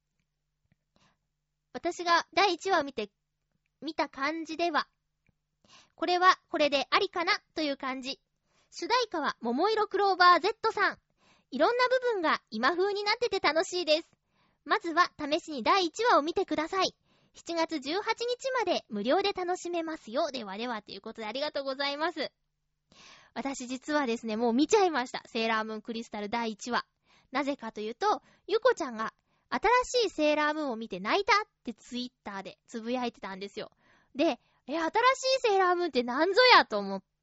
[SPEAKER 1] 私がだいいちわを見て見た感じでは、これはこれでありかなという感じ。主題歌は桃色クローバー Z さん。いろんな部分が今風になってて楽しいです。まずは試しにだいいちわを見てください。しちがつじゅうはちにちまで無料で楽しめますよ。ではではということでありがとうございます。私実はですね、もう見ちゃいました。セーラームーンクリスタルだいいちわ。なぜかというと、ゆこちゃんが新しいセーラームーンを見て泣いたってツイッターでつぶやいてたんですよ。で、え、新しいセーラームーンってなんぞやと思って、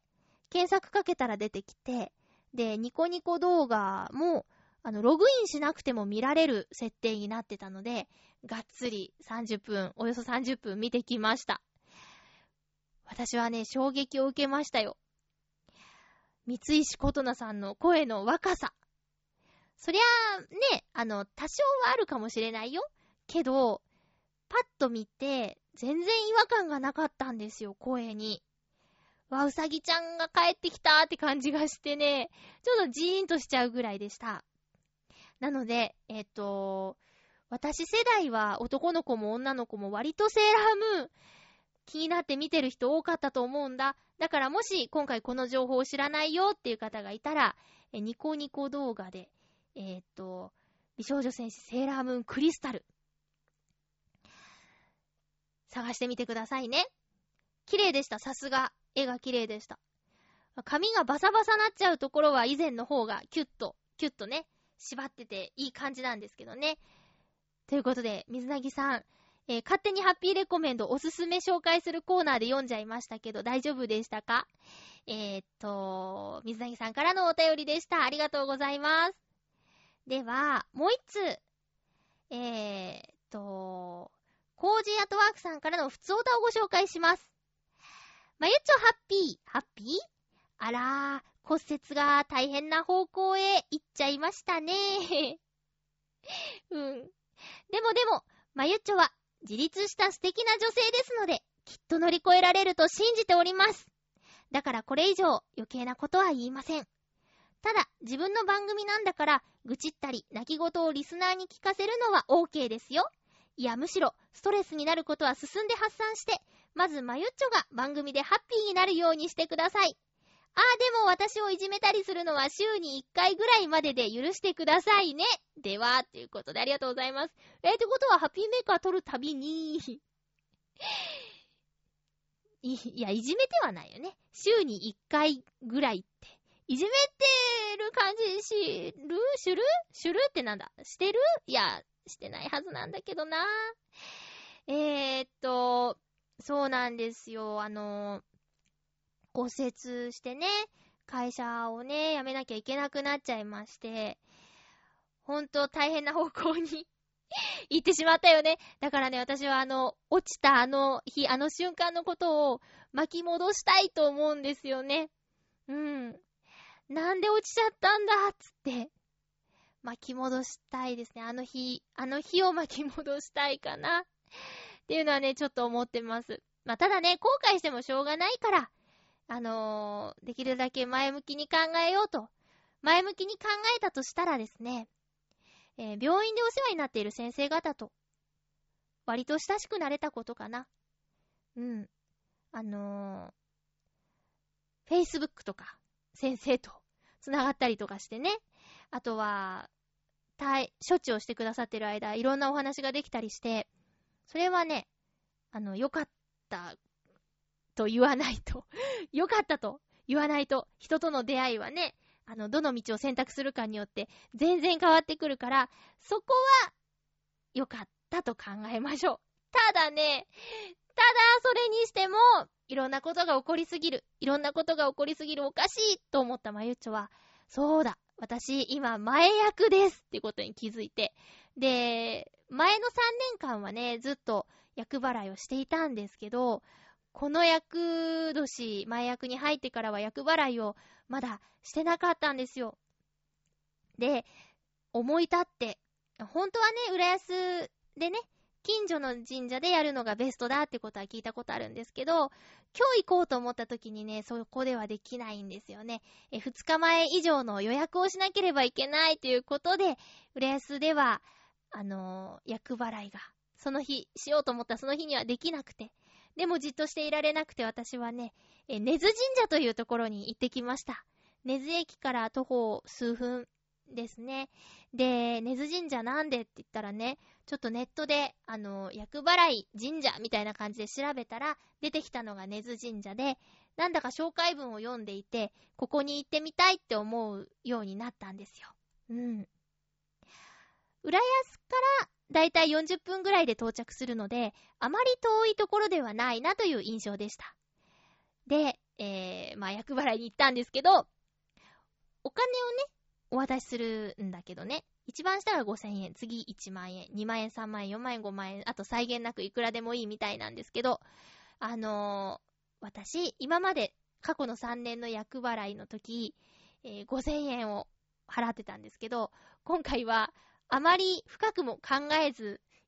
[SPEAKER 1] 検索かけたら出てきて、で、ニコニコ動画も、あの、ログインしなくても見られる設定になってたので、がっつりさんじゅっぷん、およそさんじゅっぷん見てきました。私はね、衝撃を受けましたよ。三石琴乃さんの声の若さ。そりゃあ、ね、あの、多少はあるかもしれないよ。けど、 パッと見て、全然違和感がなかったんですよ、声に。わ、うさぎちゃんが帰ってきたって感じがしてね、ちょっとジーンとしちゃうぐらいでした。なので、えっと、私世代は男の子も女の子も割とセーラームーン気になって見てる人多かったと思うんだ。だからもし今回この情報を知らないよっていう方がいたら、えニコニコ動画で、えっと、美少女戦士セーラームーンクリスタル探してみてくださいね。綺麗でした。さすが。絵が綺麗でした。髪がバサバサなっちゃうところは以前の方がキュッと、キュッとね、縛ってていい感じなんですけどね。ということで、水なぎさん、えー、勝手にハッピーレコメンドおすすめ紹介するコーナーで読んじゃいましたけど、大丈夫でしたか？えー、っと、水なぎさんからのお便りでした。ありがとうございます。では、もう一つ、えー、っと、コージーアットワークさんからのふつおたをご紹介します。まゆっちょハッピー、ハッピー？あらー、骨折が大変な方向へ行っちゃいましたね。うん。でもでも、まゆっちょは自立した素敵な女性ですので、きっと乗り越えられると信じております。だからこれ以上余計なことは言いません。ただ、自分の番組なんだから、愚痴ったり泣き言をリスナーに聞かせるのは OK ですよ。いや、むしろ、ストレスになることは進んで発散して、まずまゆっちょが番組でハッピーになるようにしてください。あー、でも私をいじめたりするのは週にいっかいぐらいまでで許してくださいね。では、ということでありがとうございます。えー、ってことはハッピーメーカー撮るたびに、い、いや、いじめてはないよね。週にいっかいぐらいって。いじめてる感じしるしるしるってなんだしてるいや、してないはずなんだけどな。えーっと、そうなんですよ。あの、骨折してね、会社をね、辞めなきゃいけなくなっちゃいまして、ほんと大変な方向に行ってしまったよね。だからね、私はあの、落ちたあの日、あの瞬間のことを巻き戻したいと思うんですよね。うん。なんで落ちちゃったんだっつって。巻き戻したいですね。あの日、あの日を巻き戻したいかな。っていうのはね、ちょっと思ってます。まあ、ただね、後悔してもしょうがないから、あのー、できるだけ前向きに考えようと。前向きに考えたとしたらですね、えー、病院でお世話になっている先生方と、割と親しくなれたことかな。うん。あのー、Facebook とか、先生とつながったりとかしてね。あとは、対、処置をしてくださってる間、いろんなお話ができたりして、それはね、あの、良かったと言わないと、良かったと言わないと、人との出会いはね、あの、どの道を選択するかによって全然変わってくるから、そこは良かったと考えましょう。ただね、ただそれにしても、いろんなことが起こりすぎる、いろんなことが起こりすぎるおかしいと思ったまゆっちょは、そうだ、私今前役ですってことに気づいて、で、前のさんねんかんはね、ずっと役払いをしていたんですけど、この役年、前役に入ってからは役払いをまだしてなかったんですよ。で、思い立って、本当はね、浦安でね、近所の神社でやるのがベストだってことは聞いたことあるんですけど、今日行こうと思った時にね、そこではできないんですよね。え、ふつかまえ以上の予約をしなければいけないということで、浦安では、あのー、役払いが、その日、しようと思ったその日にはできなくて、でもじっとしていられなくて私はね、え、根津神社というところに行ってきました。根津駅から徒歩数分ですね。で、根津神社なんでって言ったらね、ちょっとネットで、あの、厄払い神社みたいな感じで調べたら、出てきたのが根津神社で、なんだか紹介文を読んでいて、ここに行ってみたいって思うようになったんですよ。うん。浦安からだいたいよんじゅっぷんぐらいで到着するので、あまり遠いところではないなという印象でした。で、えー、まあ、厄払いに行ったんですけど、お金をね、お渡しするんだけどね、一番下がごせんえん、次いちまんえん、にまんえん、さんまんえん、よんまんえん、ごまんえん、あと際限なくいくらでもいいみたいなんですけど、あのー、私、今まで過去のさんねんの厄払いの時、えー、ごせんえんを払ってたんですけど、今回はあまり深くも考えず、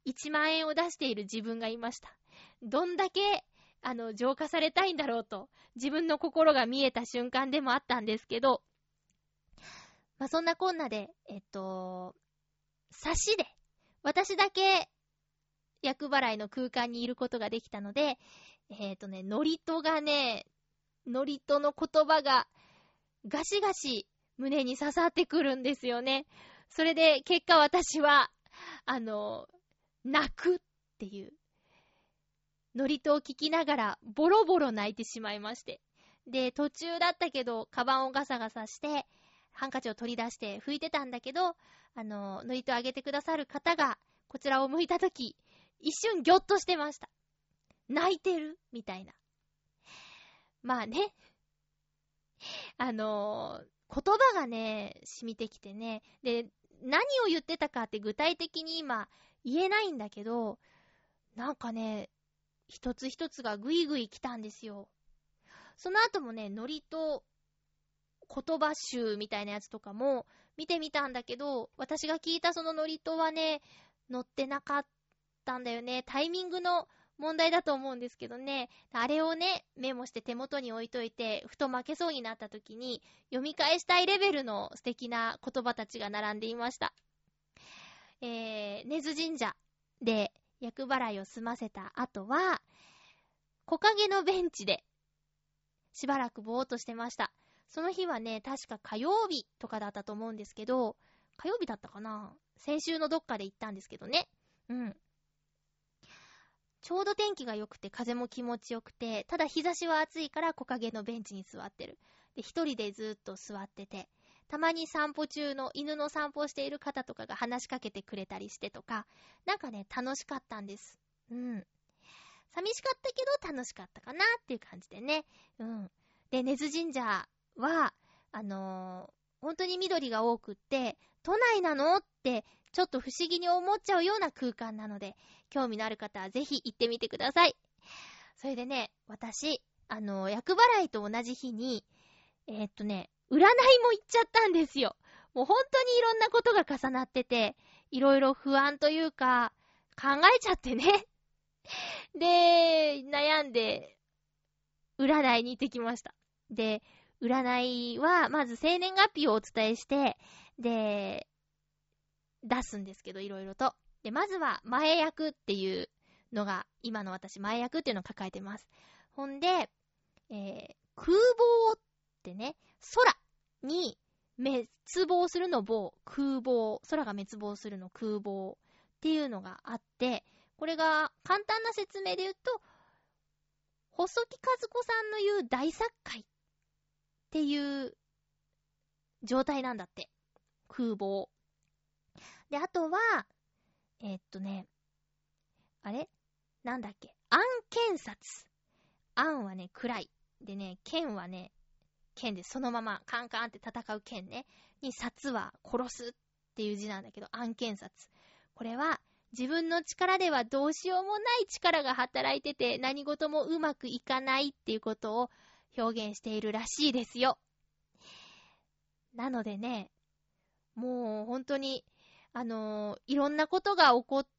[SPEAKER 1] いちまんえんを出している自分がいました。どんだけ、あの、浄化されたいんだろうと、自分の心が見えた瞬間でもあったんですけど、まあ、そんなこんなで、えっと、差しで、私だけ、厄払いの空間にいることができたので、えっとね、ノリトがね、ノリトの言葉が、ガシガシ胸に刺さってくるんですよね。それで、結果私は、あの、泣くっていう、ノリトを聞きながら、ボロボロ泣いてしまいまして。で、途中だったけど、カバンをガサガサして、ハンカチを取り出して拭いてたんだけど、あの、ノリトをあげてくださる方が、こちらを向いたとき、一瞬ギョッとしてました。泣いてるみたいな。まあね。あのー、言葉がね、染みてきてね。で、何を言ってたかって具体的に今言えないんだけど、なんかね、一つ一つがぐいぐい来たんですよ。その後もね、ノリと言葉集みたいなやつとかも見てみたんだけど、私が聞いたそのノリとはね、載ってなかったんだよね。タイミングの問題だと思うんですけどね。あれをね、メモして手元に置いといて、ふと負けそうになった時に、読み返したいレベルの素敵な言葉たちが並んでいました。えー、根津神社で厄払いを済ませた後は、木陰のベンチで、しばらくぼーっとしてました。その日はね、確か火曜日とかだったと思うんですけど、火曜日だったかな？先週のどっかで行ったんですけどね。うん。ちょうど天気が良くて風も気持ちよくて、ただ日差しは暑いから木陰のベンチに座ってる。で、一人でずっと座ってて、たまに散歩中の犬の散歩している方とかが話しかけてくれたりしてとか、なんかね、楽しかったんです。うん。寂しかったけど楽しかったかなっていう感じでね。うん。で、根津神社は、あのー、本当に緑が多くって、都内なのってちょっと不思議に思っちゃうような空間なので、興味のある方はぜひ行ってみてください。それでね、私、あのー、厄払いと同じ日に、えー、っとね、占いも行っちゃったんですよ。もう本当にいろんなことが重なってて、いろいろ不安というか、考えちゃってね。で、悩んで、占いに行ってきました。で、占いは、まず生年月日をお伝えして、で、出すんですけど、いろいろと。で、まずは、前役っていうのが、今の私、前役っていうのを抱えてます。ほんで、えー、空亡ってね、空に滅亡するの亡、空亡、空が滅亡するの空亡っていうのがあって、これが簡単な説明で言うと、細木和子さんの言う大殺界っていう状態なんだって。空亡。で、あとは、えー、っとね、あれなんだっけ暗剣殺。暗はね、暗い。でね、剣はね、剣でそのままカンカンって戦う剣ね。に、殺は殺すっていう字なんだけど、暗剣殺。これは、自分の力ではどうしようもない力が働いてて、何事もうまくいかないっていうことを表現しているらしいですよ。なのでね、もう本当に、あのー、いろんなことが起こって、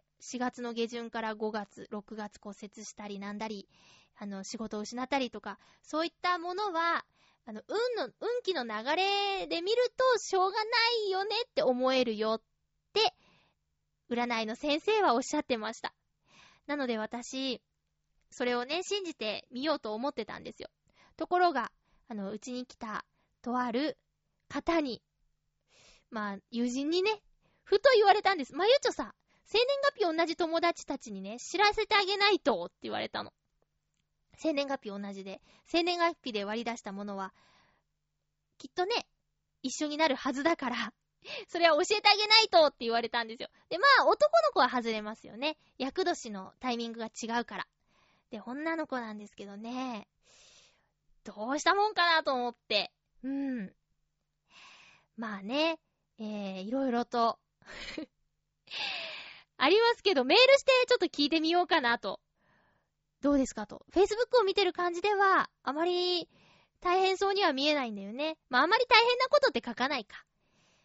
[SPEAKER 1] しがつの下旬からごがつ、ろくがつ骨折したりなんだり、あの、仕事を失ったりとか、そういったものは、あの、運の、運気の流れで見ると、しょうがないよねって思えるよって、占いの先生はおっしゃってました。なので私、それをね、信じてみようと思ってたんですよ。ところが、あの、うちに来た、とある方に、まあ、友人にね、ふと言われたんです。まゆちょさ、生年月日同じ友達たちにね、知らせてあげないとって言われたの。生年月日同じで、生年月日で割り出したものは、きっとね、一緒になるはずだから、それは教えてあげないとって言われたんですよ。で、まあ、男の子は外れますよね。厄年のタイミングが違うから。で、女の子なんですけどね、どうしたもんかなと思って。うん。まあね、えー、いろいろと、ありますけど、メールしてちょっと聞いてみようかなと。どうですかと。Facebook を見てる感じでは、あまり大変そうには見えないんだよね。まあ、あまり大変なことって書かないか。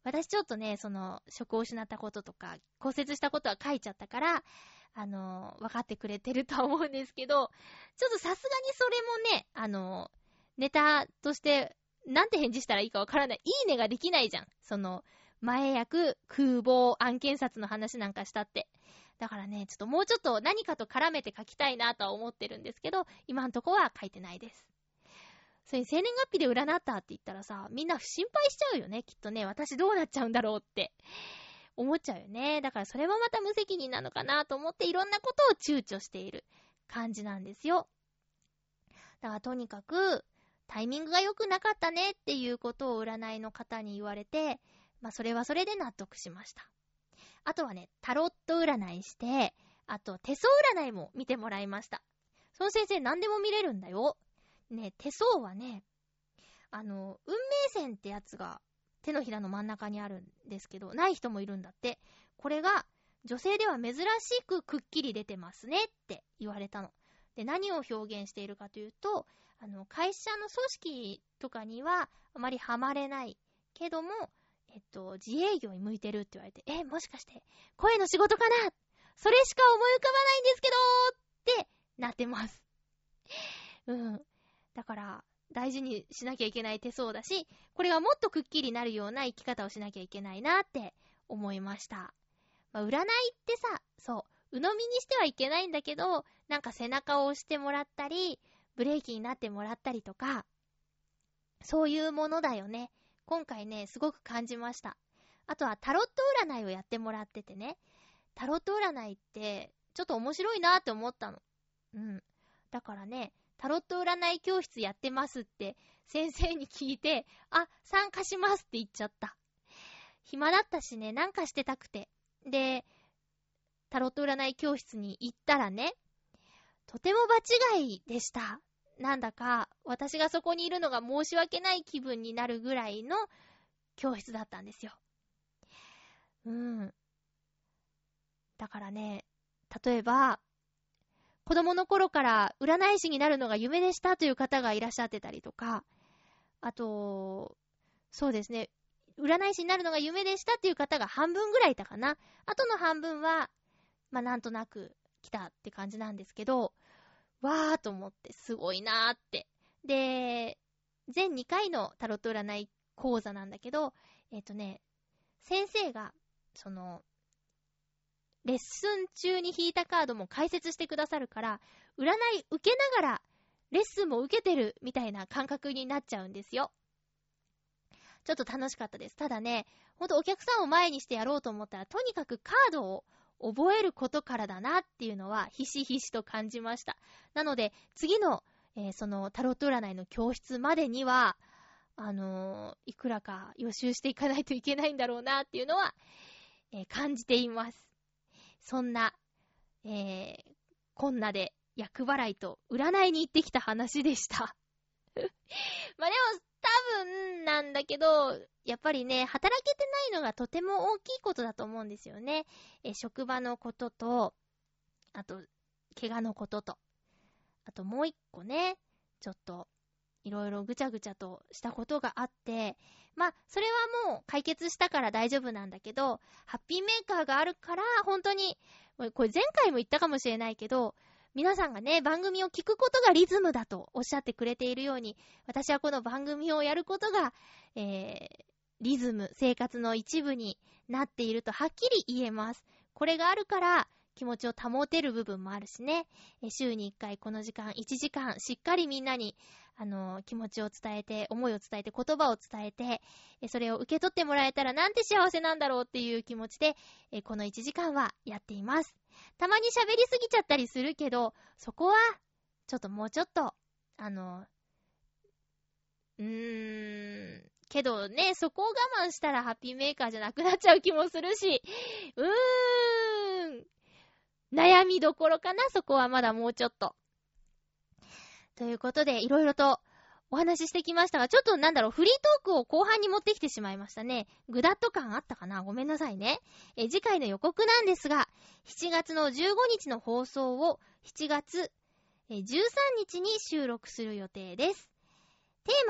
[SPEAKER 1] 私ちょっとね、その、職を失ったこととか、骨折したことは書いちゃったから、あの、分かってくれてるとは思うんですけど、ちょっとさすがにそれもね、あの、ネタとして、なんて返事したらいいかわからない。いいねができないじゃん。その、前役、空母、案件札の話なんかしたって。だからね、ちょっともうちょっと何かと絡めて書きたいなとは思ってるんですけど、今んとこは書いてないです。それに生年月日で占ったって言ったらさ、みんな心配しちゃうよね、きっとね。私どうなっちゃうんだろうって思っちゃうよね。だからそれもまた無責任なのかなと思っていろんなことを躊躇している感じなんですよ。だからとにかくタイミングが良くなかったねっていうことを占いの方に言われて、まあそれはそれで納得しました。あとはね、タロット占いして、あと手相占いも見てもらいました。その先生何でも見れるんだよ。ね、手相はね、あの、運命線ってやつが手のひらの真ん中にあるんですけど、ない人もいるんだって。これが女性では珍しくくっきり出てますねって言われたの。で、何を表現しているかというと、あの、会社の組織とかにはあまりハマれないけども、えっと、自営業に向いてるって言われて、え、もしかして声の仕事かな？それしか思い浮かばないんですけどってなってます。うん。だから、大事にしなきゃいけない手相だし、これがもっとくっきりなるような生き方をしなきゃいけないなって思いました。まあ、占いってさ、そう、鵜呑みにしてはいけないんだけど、なんか背中を押してもらったり、ブレーキになってもらったりとか、そういうものだよね。今回ね、すごく感じました。あとはタロット占いをやってもらっててね、タロット占いってちょっと面白いなって思ったの。うん。だからね、タロット占い教室やってますって先生に聞いて、あ、参加しますって言っちゃった。暇だったしね、なんかしてたくて。で、タロット占い教室に行ったらね、とても場違いでした。なんだか私がそこにいるのが申し訳ない気分になるぐらいの教室だったんですよ。うん。だからね、例えば子供の頃から占い師になるのが夢でしたという方がいらっしゃってたりとか、あとそうですね、占い師になるのが夢でしたっていう方が半分ぐらいいたかな。あとの半分はまあなんとなく来たって感じなんですけど、わーと思ってすごいなーって。で、全にかいのタロット占い講座なんだけど、えっとね、先生が、その、レッスン中に引いたカードも解説してくださるから、占い受けながら、レッスンも受けてるみたいな感覚になっちゃうんですよ。ちょっと楽しかったです。ただね、ほんとお客さんを前にしてやろうと思ったら、とにかくカードを覚えることからだなっていうのはひしひしと感じました。なので次の、えー、そのタロット占いの教室までにはあのー、いくらか予習していかないといけないんだろうなっていうのは、えー、感じています。そんな、えー、こんなで厄払いと占いに行ってきた話でした。まあでも多分なんだけど、やっぱりね、働けてないのがとても大きいことだと思うんですよね。え、職場のことと、あと、怪我のことと、あともう一個ね、ちょっと、いろいろぐちゃぐちゃとしたことがあって、まあ、それはもう解決したから大丈夫なんだけど、ハッピーメーカーがあるから、本当に、これ前回も言ったかもしれないけど、皆さんがね、番組を聞くことがリズムだとおっしゃってくれているように、私はこの番組をやることが、えー、リズム、生活の一部になっているとはっきり言えます。これがあるから気持ちを保てる部分もあるしね。え週にいっかいこの時間、いちじかんしっかりみんなに、あのー、気持ちを伝えて、思いを伝えて、言葉を伝えて、えそれを受け取ってもらえたらなんて幸せなんだろうっていう気持ちで、えこのいちじかんはやっています。たまに喋りすぎちゃったりするけど、そこはちょっともうちょっとあのうーんけどね、そこを我慢したらハッピーメーカーじゃなくなっちゃう気もするし、うーん悩みどころかな、そこはまだもうちょっと。ということでいろいろとお話ししてきましたが、ちょっとなんだろう、フリートークを後半に持ってきてしまいましたね。グダッと感あったかな、ごめんなさいね。え次回の予告なんですが、しちがつのじゅうごにちの放送をしちがつじゅうさんにちに収録する予定です。テーマは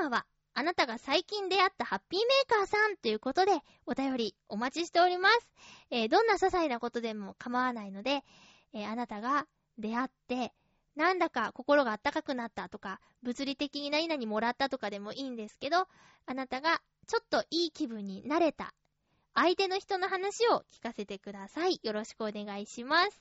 [SPEAKER 1] あなたが最近出会ったハッピーメーカーさんということでお便りお待ちしております。えー、どんな些細なことでも構わないので、えー、あなたが出会ってなんだか心が温かくなったとか、物理的に何々もらったとかでもいいんですけど、あなたがちょっといい気分になれた相手の人の話を聞かせてください。よろしくお願いします。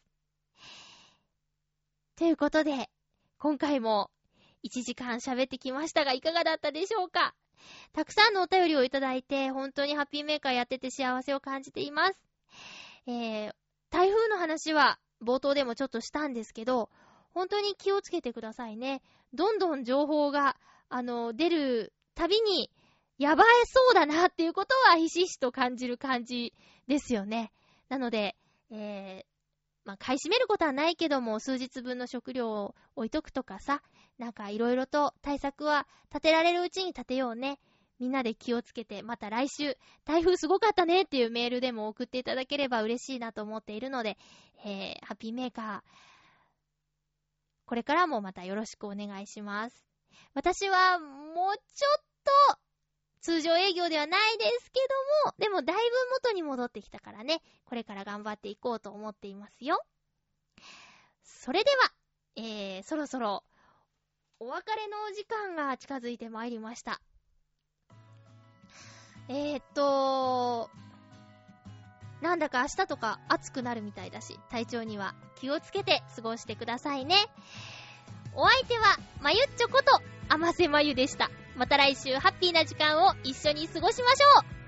[SPEAKER 1] ということで、今回もいちじかん喋ってきましたが、いかがだったでしょうか。たくさんのお便りをいただいて、本当にハッピーメーカーやってて幸せを感じています。えー、台風の話は冒頭でもちょっとしたんですけど、本当に気をつけてくださいね。どんどん情報が、あの、出るたびに、やばいそうだなっていうことはひしひしと感じる感じですよね。なので、えー、まあ、買い占めることはないけども、数日分の食料を置いとくとかさ、なんかいろいろと対策は立てられるうちに立てようね。みんなで気をつけて、また来週、台風すごかったねっていうメールでも送っていただければ嬉しいなと思っているので、えー、ハッピーメーカー、これからもまたよろしくお願いします。私はもうちょっと通常営業ではないですけども、でもだいぶ元に戻ってきたからね、これから頑張っていこうと思っていますよ。それでは、えー、そろそろお別れのお時間が近づいてまいりました。えーっと、なんだか明日とか暑くなるみたいだし、体調には気をつけて過ごしてくださいね。お相手はまゆっちょこと甘瀬まゆでした。また来週ハッピーな時間を一緒に過ごしましょう。